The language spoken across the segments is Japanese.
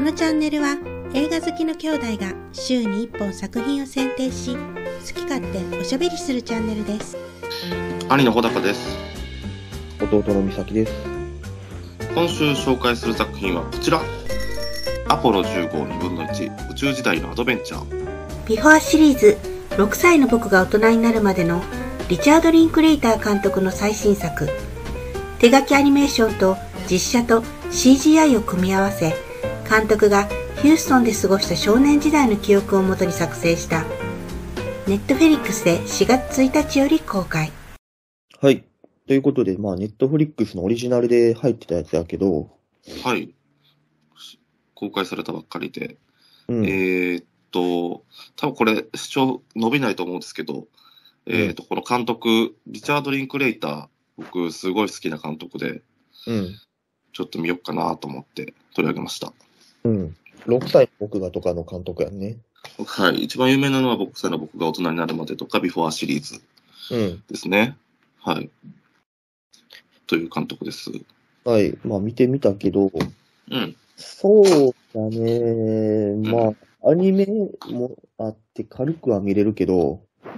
このチャンネルは映画好きの兄弟が週に1本作品を選定し、好き勝手おしゃべりするチャンネルです。 兄の穂高です。 弟の美咲です。 今週紹介する作品はこちら。アポロ15、2分の1、宇宙時代のアドベンチャー。 ビフォアシリーズ、6歳の僕が大人になるまでのリチャード・リンクレイター監督の最新作。手書きアニメーションと実写と CGI を組み合わせ、監督がヒューストンで過ごした少年時代の記憶をもとに作成した。ネットフェリックスで4月1日より公開。 はい。ということで、ネットフリックスのオリジナルで入ってたやつだけど、 はい。公開されたばっかりで。 うん、 多分これ視聴伸びないと思うんですけど、この監督、リチャード・リンクレイター、僕すごい好きな監督で、ちょっと見よっかなと思って取り上げました。 6歳の僕がとかの監督やんね。 はい。一番有名なのは6歳の僕が大人になるまでとか、ビフォアシリーズですね。はい。という監督です。 はい。見てみたけど、そうだね。アニメもあって軽くは見れるけど、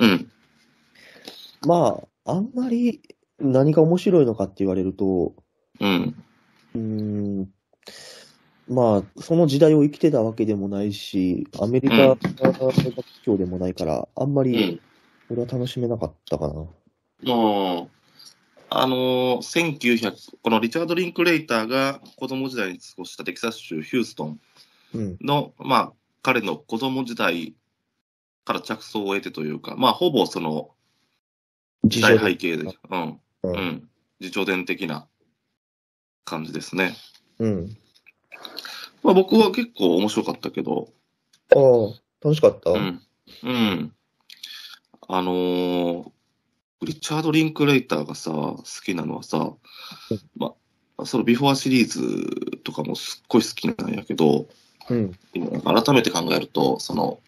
あんまり何が面白いのかって言われると、その時代を生きてたわけでもないし、アメリカが今日でもないから、あんまり俺は楽しめなかったかな。 1900、このリチャード・リンクレイターが子供時代に過ごしたテキサス州ヒューストンの、彼の子供時代から着想を得てというか、ほぼその時代背景で、自叙伝的な感じですね。僕は結構面白かったけど。 楽しかった？ リチャード・リンクレイターがさ、好きなのはさ、そのビフォアシリーズとかもすっごい好きなんやけど、今改めて考えると、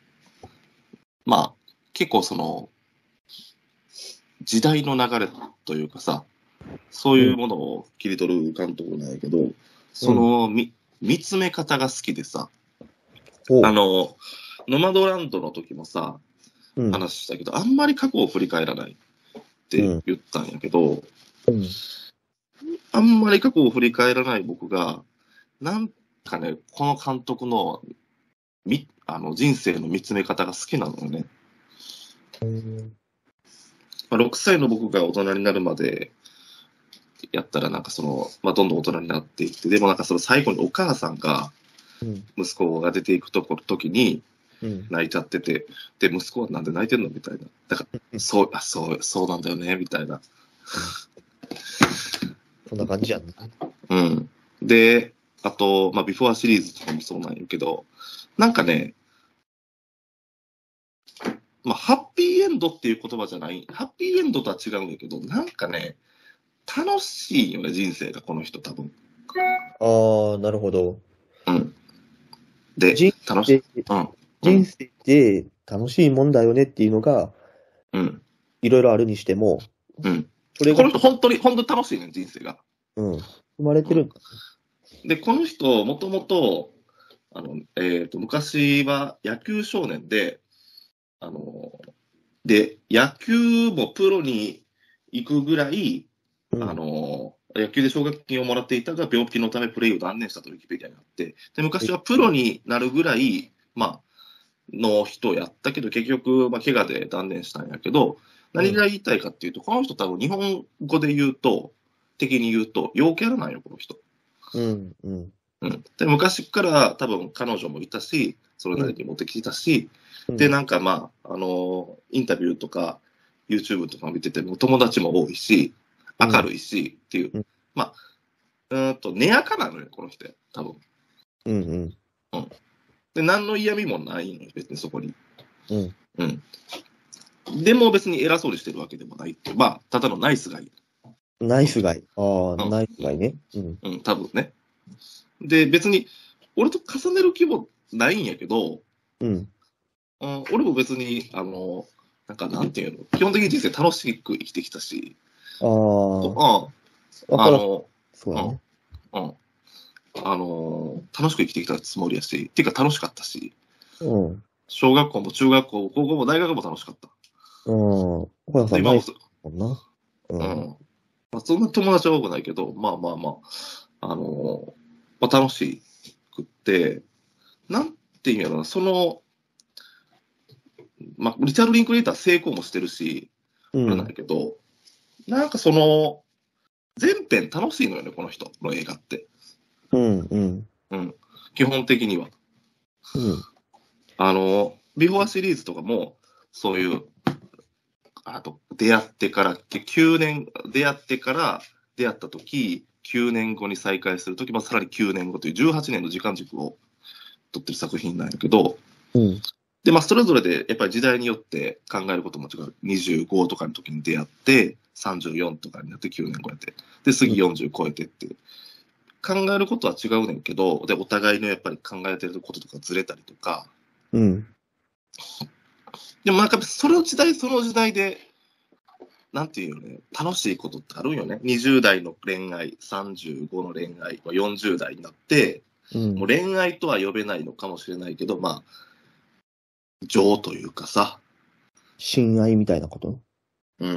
結構その、時代の流れというかさ、そういうものを切り取る監督なんやけど、その見つめ方が好きでさ、ノマドランドの時もさ、話したけど、あんまり過去を振り返らないって言ったんやけど、あんまり過去を振り返らない僕が、なんかね、この監督の人生の見つめ方が好きなのよね。6歳の僕が大人になるまでやったら、なんかその、どんどん大人になっていって、でもなんかその最後にお母さんが、息子が出ていく時に泣いちゃってて、で、息子はなんで泣いてんのみたいな。だから、そうなんだよね、みたいな。 そんな感じやんな。 で、あと、ビフォアシリーズとかもそうなんやけど、なんかね、ハッピーエンドっていう言葉じゃない、ハッピーエンドとは違うんやけど、なんかね、楽しいよね、人生が、この人多分。 なるほど。 で、 人生って楽しいもんだよねっていうのが、いろいろあるにしても、 この人本当に楽しいね、人生が。 生まれてるんだ。 で、この人、もともと、昔は野球少年で、野球もプロに行くぐらい、野球で奨学金をもらっていたが、病気のためプレーを断念したとウィキペディアにあって、で、昔はプロになるぐらい、の人をやったけど、結局、怪我で断念したんやけど、何が言いたいかっていうと、この人多分日本語で言うと、的に言うと、陽キャラなんよ、この人。で、昔から多分彼女もいたし、それなりにモテきたし、で、なんかインタビューとか、YouTube とか見てても友達も多いし、明るいし、っていう、根やかなのよ、この人、多分。で、何の嫌味もないのよ、別にそこに。でも別に偉そうにしてるわけでもないっていう、ただのナイスガイ。 ナイスガイ。ナイスガイね。 多分ね。で、別に、俺と重ねる気もないんやけど、俺も別に、なんていうの、基本的に人生楽しく生きてきたし、 そうだね。 楽しく生きてきたつもりやし、っていうか楽しかったし、 うん。 小学校も中学校も高校も大学も楽しかった。 うん。小山さん、 今も、 もんな。 うん。まあ、そんな友達は多くないけど、まあまあまあ、まあ、楽しくって、なんていうんやろな、まあ、リチャード・リンクレイター成功もしてるし、あれなんやけど、なんか全編楽しいのよね、この人の映画って。 うんうん。 うん。基本的には。 うん。 ビフォアシリーズとかも、そういう、出会ってから、9年、出会ってから、出会った時、9年後に再会する時、まあ、さらに9年後という18年の時間軸を撮ってる作品なんやけど、 うん。 で、まあ、それぞれで、やっぱり時代によって考えることも違う。25とかの時に出会って、34とかになって9年後やって、で、次40超えてって、考えることは違うねんけど、で、お互いのやっぱり考えてることとかずれたりとか、 うん。 でもなんか、その時代で、なんていうよね、楽しいことってあるんよね。20代の恋愛、35の恋愛、40代になって、もう恋愛とは呼べないのかもしれないけど、まあ、情というかさ。 親愛みたいなこと？ うん。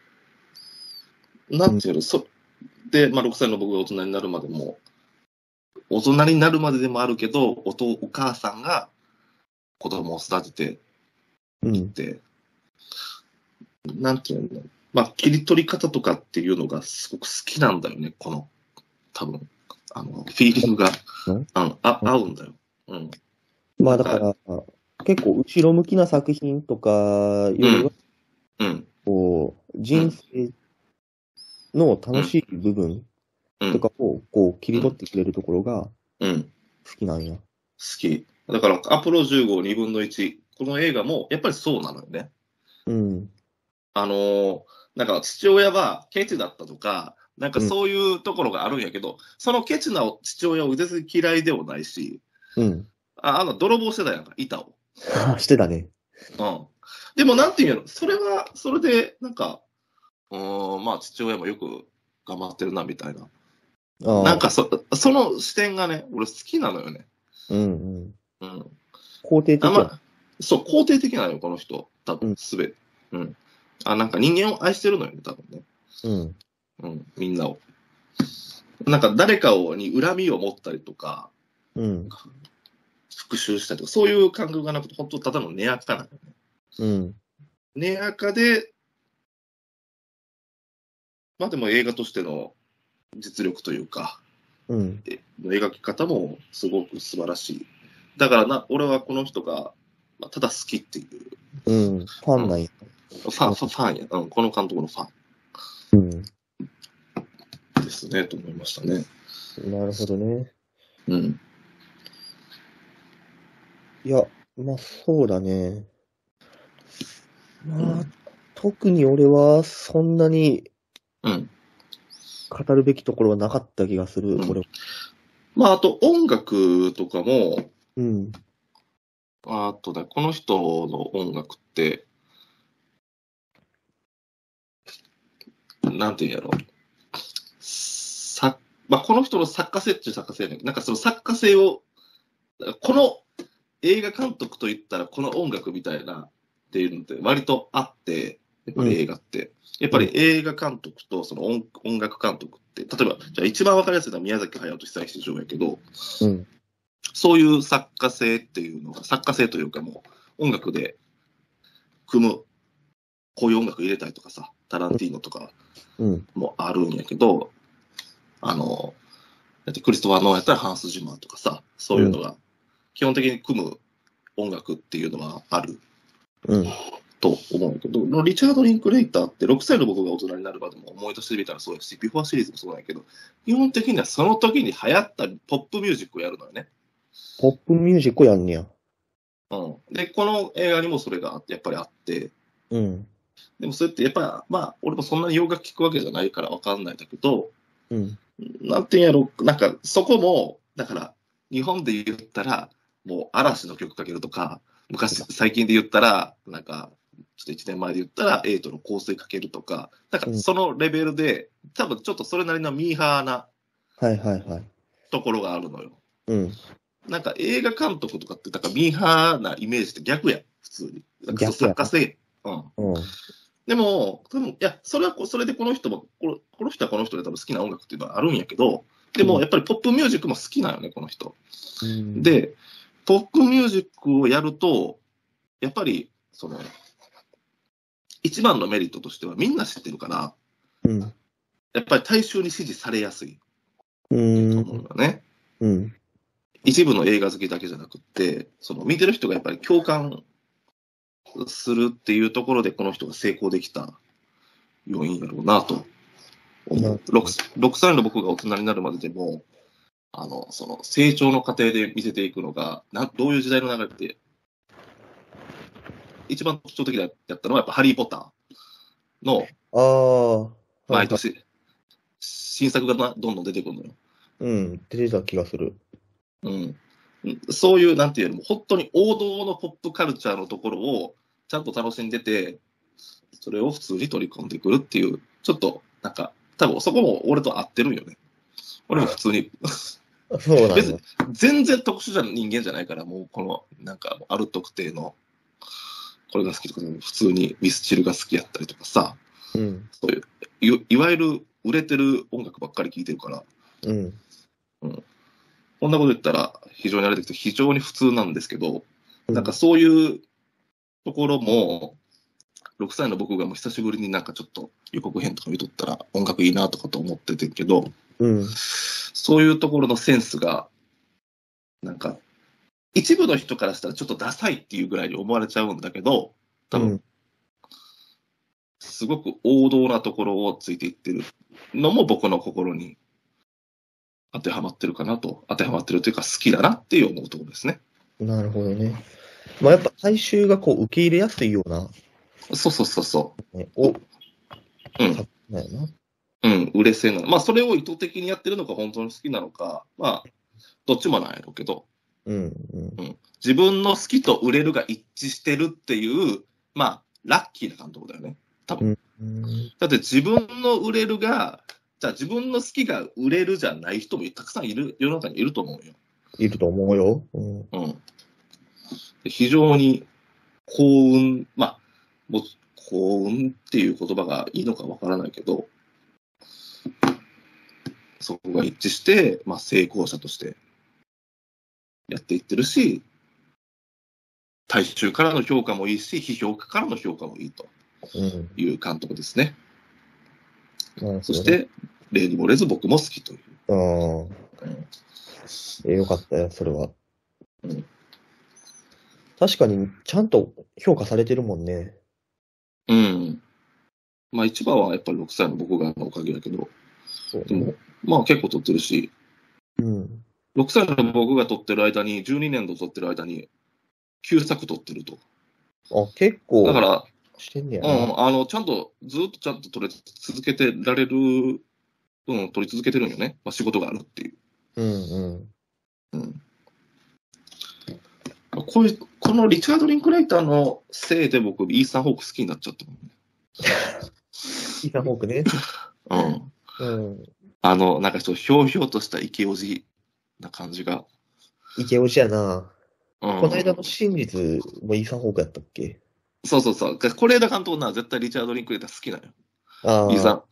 なんていうの、で、まあ、6歳の僕が大人になるまでも、大人になるまででもあるけど、お母さんが子供を育てていって、なんていうの、まあ、切り取り方とかっていうのがすごく好きなんだよね、多分、フィーリングが、合うんだよ。うん。 まあだから、結構後ろ向きな作品とかよりは、こう、人生の楽しい部分とかをこう切り取ってくれるところが好きなんや。 好き。だから、アポロ10号2分の1、この映画もやっぱりそうなのよね。 うん。 なんか父親はケチだったとか、なんかそういうところがあるんやけど、そのケチな父親を全然嫌いでもないし、泥棒してたやんか、板を。 してたね。 でもなんていうの、それは、それで、なんか、まあ父親もよく頑張ってるな、みたいな。なんかその視点がね、俺好きなのよね。 肯定的な。 そう、肯定的なのよ、この人。多分、すべて。なんか人間を愛してるのよね、多分ね。みんなを。なんか誰かに恨みを持ったりとか、復讐したりとか、そういう感覚がなくて、本当ただの根垢なのよね。根垢で、まあでも映画としての実力というか、描き方もすごく素晴らしい。だから俺はこの人が、ただ好きっていう。 ファンなんや。 ファンや。この監督のファン。ですね、と思いましたね。 なるほどね。いや、まあそうだね。まあ、特に俺はそんなに語るべきところはなかった気がする、俺は。 まあ、あと音楽とかも、あとね、この人の音楽って、なんていうんやろ。まあ、この人の作家性っていう作家性やねん。なんかその作家性を、この映画監督といったらこの音楽みたいなっていうのって割とあって、やっぱり映画って。やっぱり映画監督とその音楽監督って、例えば、じゃあ一番わかりやすいのは宮崎駿と久石譲やけど、そういう作家性っていうのが、作家性というかもう音楽で組む、こういう音楽入れたりとかさ、タランティーノとかもあるんやけど、クリストファー・ノーやったらハンス・ジマーとかさ、そういうのが基本的に組む音楽っていうのはあると思うんだけど、リチャード・リンクレイターって6歳の僕が大人になるまでも思い出してみたらそうやし、ビフォアシリーズもそうなんやけど、基本的にはその時に流行ったポップミュージックをやるのよね。 ポップミュージックをやんねや。 で、この映画にもそれがやっぱりあって、でもそれってやっぱり、まあ、俺もそんなに洋楽聴くわけじゃないからわかんないんだけど、なんていうんやろ、なんかそこも、だから日本で言ったら、もう嵐の曲かけるとか、最近で言ったら、なんか、ちょっと1年前で言ったら、エイトの香水かけるとか、なんかそのレベルで、多分ちょっとそれなりのミーハーなところがあるのよ。 うん。 なんか映画監督とかって、なんかミーハーなイメージって逆や、普通に。なんか作家性。うん。でも、いや、それでこの人も、この人はこの人で多分好きな音楽っていうのはあるんやけど、でもやっぱりポップミュージックも好きなよね、この人。で、ポップミュージックをやると、やっぱり、一番のメリットとしてはみんな知ってるから、やっぱり大衆に支持されやすい。と思うよね。一部の映画好きだけじゃなくって、見てる人がやっぱり共感するっていうところで、この人が成功できた要因やろうなと思う。6歳の僕が大人になるまででも、成長の過程で見せていくのが、どういう時代の流れで、一番特徴的だったのは、やっぱハリー・ポッターの、毎年、新作がどんどん出てくるのよ。 出てた気がする。 そういう、なんていうのも、本当に王道のポップカルチャーのところをちゃんと楽しんでて、それを普通に取り込んでくるっていう、ちょっと、なんか、多分そこも俺と合ってるんよね。俺も普通に。 そうなんだ。 別に全然特殊な人間じゃないから、もうこの、なんか、ある特定の、これが好きとか、普通にミスチルが好きやったりとかさ、そういう、いわゆる売れてる音楽ばっかり聴いてるから、こんなこと言ったら非常にあれですけど、非常に普通なんですけど、なんかそういうところも、6歳の僕がもう久しぶりになんかちょっと予告編とか見とったら音楽いいなとかと思っててんけど、そういうところのセンスが、なんか、一部の人からしたらちょっとダサいっていうぐらいに思われちゃうんだけど、多分、すごく王道なところをついていってるのも僕の心に当てはまってるかなと、当てはまってるというか好きだなっていう思うところですね。 なるほどね。まあやっぱ大衆がこう受け入れやすいような。 そう。 ね、 売れ線なの。まあそれを意図的にやってるのか本当に好きなのか、まあどっちもなんやろうけど、自分の好きと売れるが一致してるっていう、まあラッキーな監督だよね。多分。だって自分の売れるが、じゃあ自分の好きが売れるじゃない人もたくさん世の中にいると思うよ。 いると思うよ。 非常に幸運、まあ、幸運っていう言葉がいいのかわからないけど、そこが一致して、まあ、成功者としてやっていってるし、大衆からの評価もいいし、批評家からの評価もいいという監督ですね。そして、例に漏れず僕も好きという。 よかったよ、それは。確かに、ちゃんと評価されてるもんね。 まあ一番はやっぱり6歳の僕がのおかげだけど、でも、まあ結構撮ってるし、6歳の僕が撮ってる間に、12年度撮ってる間に、9作撮ってると。 結構。 だから、 してんねやな。 ちゃんと、ずっとちゃんと撮り続けてられる、撮り続けてるんよね。まあ仕事があるっていう。このリチャード・リンクレイターのせいで僕、イーサン・ホーク好きになっちゃったもんね。 イーサン・ホークね。 なんかちょっとひょうひょうとしたイケオジな感じが。 イケオジやな。この間の真実もイーサン・ホークやったっけ？ そう。是枝監督な、絶対リチャード・リンクレイター好きなのよ。イーサン。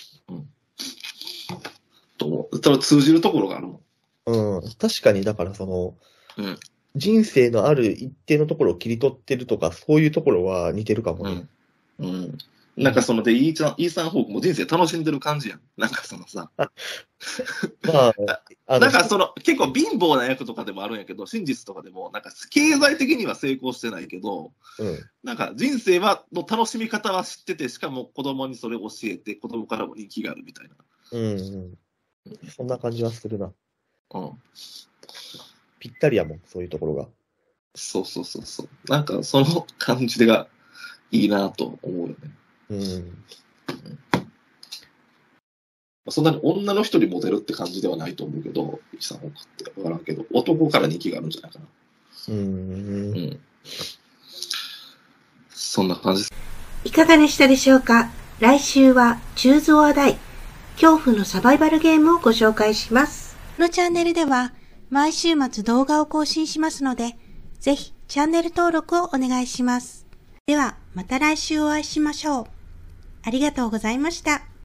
多分通じるところがあるもん。確かに、だから人生のある一定のところを切り取ってるとか、そういうところは似てるかもね。 なんかイーサン・ホークも人生楽しんでる感じやん。なんかさ。なんか結構貧乏な役とかでもあるんやけど、真実とかでも、なんか経済的には成功してないけど、なんか人生の楽しみ方は知ってて、しかも子供にそれを教えて、子供からも人気があるみたいな。 そんな感じはするな。ぴったりやもん、そういうところが。 そう。なんかその感じがいいなと思うよね。そんなに女の人にモテるって感じではないと思うけど、イーサン・ホークって分からんけど、男から人気があるんじゃないかな。そんな感じです。 いかがでしたでしょうか？来週はチューズ・オア・ダイ、恐怖のサバイバルゲームをご紹介します。 このチャンネルでは毎週末動画を更新しますので、ぜひチャンネル登録をお願いします。ではまた来週お会いしましょう。ありがとうございました。